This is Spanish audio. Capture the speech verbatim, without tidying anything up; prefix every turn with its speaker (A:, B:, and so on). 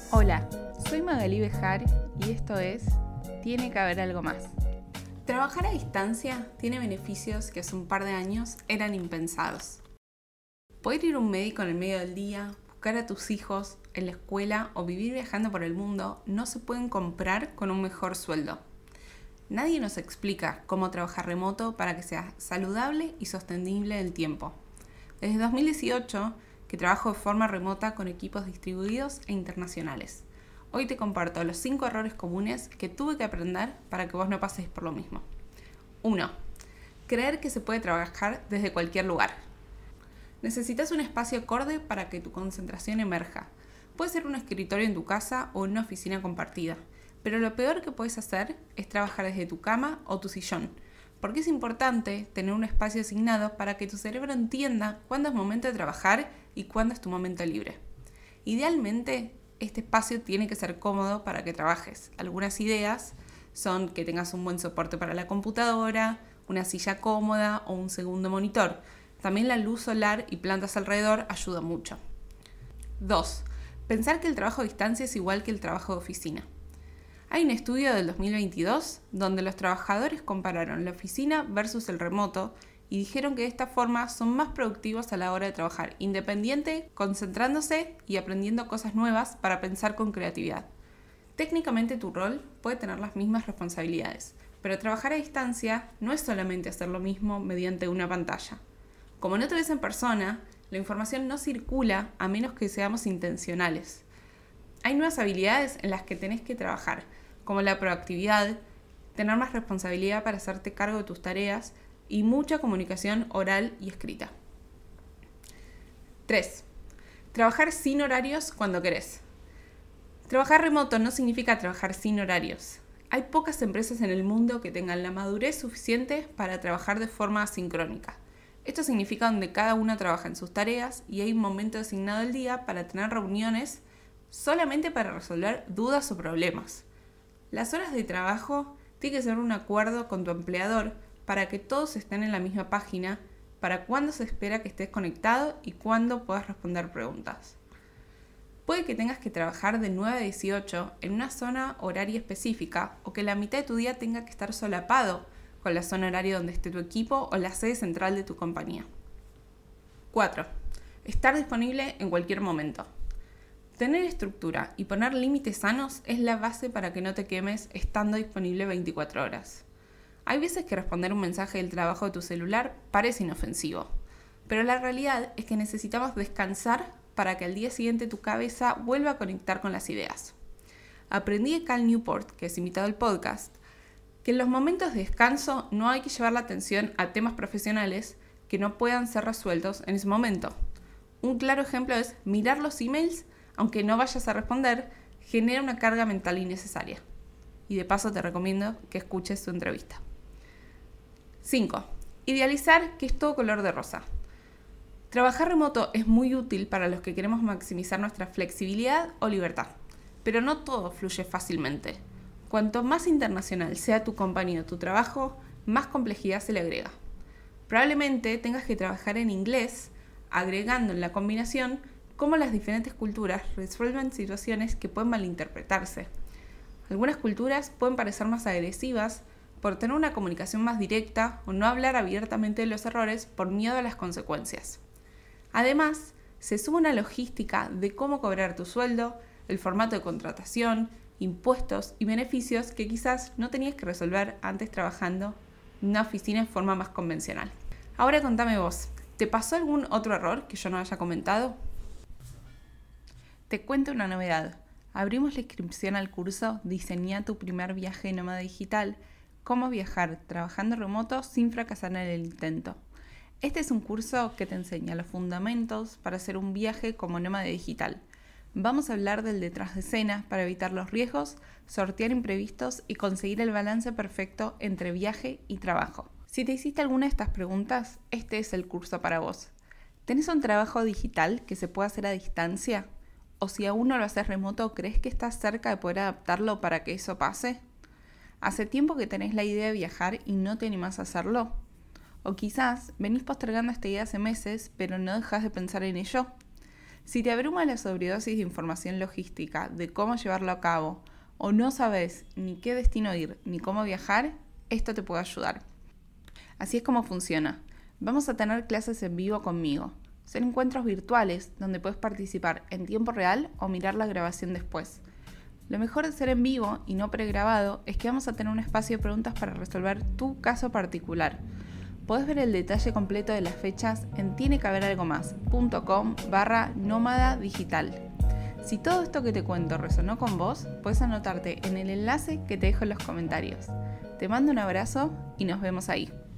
A: Hola, soy Magalí Bejar y esto es Tiene que haber algo más.
B: Trabajar a distancia tiene beneficios que hace un par de años eran impensados. Poder ir a un médico en el medio del día, buscar a tus hijos en la escuela o vivir viajando por el mundo no se pueden comprar con un mejor sueldo. Nadie nos explica cómo trabajar remoto para que sea saludable y sostenible en el tiempo. Desde dos mil dieciocho que trabajo de forma remota con equipos distribuidos e internacionales. Hoy te comparto los cinco errores comunes que tuve que aprender para que vos no pases por lo mismo. uno. Creer que se puede trabajar desde cualquier lugar. Necesitas un espacio acorde para que tu concentración emerja. Puede ser un escritorio en tu casa o en una oficina compartida, pero lo peor que puedes hacer es trabajar desde tu cama o tu sillón, porque es importante tener un espacio asignado para que tu cerebro entienda cuándo es momento de trabajar y cuándo es tu momento libre. Idealmente, este espacio tiene que ser cómodo para que trabajes. Algunas ideas son que tengas un buen soporte para la computadora, una silla cómoda o un segundo monitor. También la luz solar y plantas alrededor ayuda mucho. dos. Pensar que el trabajo a distancia es igual que el trabajo de oficina. Hay un estudio del dos mil veintidós donde los trabajadores compararon la oficina versus el remoto y dijeron que de esta forma son más productivos a la hora de trabajar independiente, concentrándose y aprendiendo cosas nuevas para pensar con creatividad. Técnicamente tu rol puede tener las mismas responsabilidades, pero trabajar a distancia no es solamente hacer lo mismo mediante una pantalla. Como no te ves en persona, la información no circula a menos que seamos intencionales. Hay nuevas habilidades en las que tenés que trabajar, como la proactividad, tener más responsabilidad para hacerte cargo de tus tareas y mucha comunicación oral y escrita. tres. Trabajar sin horarios cuando querés. Trabajar remoto no significa trabajar sin horarios. Hay pocas empresas en el mundo que tengan la madurez suficiente para trabajar de forma asincrónica. Esto significa donde cada uno trabaja en sus tareas y hay un momento asignado al día para tener reuniones solamente para resolver dudas o problemas. Las horas de trabajo tienen que ser un acuerdo con tu empleador para que todos estén en la misma página, para cuándo se espera que estés conectado y cuándo puedas responder preguntas. Puede que tengas que trabajar de nueve a dieciocho en una zona horaria específica o que la mitad de tu día tenga que estar solapado con la zona horaria donde esté tu equipo o la sede central de tu compañía. cuatro. Estar disponible en cualquier momento. Tener estructura y poner límites sanos es la base para que no te quemes estando disponible veinticuatro horas. Hay veces que responder un mensaje del trabajo de tu celular parece inofensivo, pero la realidad es que necesitamos descansar para que al día siguiente tu cabeza vuelva a conectar con las ideas. Aprendí de Cal Newport, que es invitado al podcast, que en los momentos de descanso no hay que llevar la atención a temas profesionales que no puedan ser resueltos en ese momento. Un claro ejemplo es mirar los emails, aunque no vayas a responder, genera una carga mental innecesaria. Y de paso te recomiendo que escuches su entrevista. cinco. Idealizar que es todo color de rosa. Trabajar remoto es muy útil para los que queremos maximizar nuestra flexibilidad o libertad, pero no todo fluye fácilmente. Cuanto más internacional sea tu compañía o tu trabajo, más complejidad se le agrega. Probablemente tengas que trabajar en inglés, agregando en la combinación cómo las diferentes culturas resuelven situaciones que pueden malinterpretarse. Algunas culturas pueden parecer más agresivas por tener una comunicación más directa o no hablar abiertamente de los errores por miedo a las consecuencias. Además, se suma una logística de cómo cobrar tu sueldo, el formato de contratación, impuestos y beneficios que quizás no tenías que resolver antes trabajando en una oficina en forma más convencional. Ahora contame vos, ¿te pasó algún otro error que yo no haya comentado? Te cuento una novedad. Abrimos la inscripción al curso Diseña tu primer viaje nómada digital. Cómo viajar trabajando remoto sin fracasar en el intento. Este es un curso que te enseña los fundamentos para hacer un viaje como nómada digital. Vamos a hablar del detrás de escena para evitar los riesgos, sortear imprevistos y conseguir el balance perfecto entre viaje y trabajo. Si te hiciste alguna de estas preguntas, este es el curso para vos. ¿Tenés un trabajo digital que se pueda hacer a distancia? ¿O si aún no lo haces remoto, crees que estás cerca de poder adaptarlo para que eso pase? ¿Hace tiempo que tenés la idea de viajar y no te animás a hacerlo? ¿O quizás venís postergando esta idea hace meses, pero no dejás de pensar en ello?
A: Si te abruma la sobredosis de información logística de cómo llevarlo a cabo, o no sabes ni qué destino ir ni cómo viajar, esto te puede ayudar. Así es como funciona. Vamos a tener clases en vivo conmigo. Son encuentros virtuales donde puedes participar en tiempo real o mirar la grabación después. Lo mejor de ser en vivo y no pregrabado es que vamos a tener un espacio de preguntas para resolver tu caso particular. Podés ver el detalle completo de las fechas en tienekaberalgomás.com barra nómada digital. Si todo esto que te cuento resonó con vos, puedes anotarte en el enlace que te dejo en los comentarios. Te mando un abrazo y nos vemos ahí.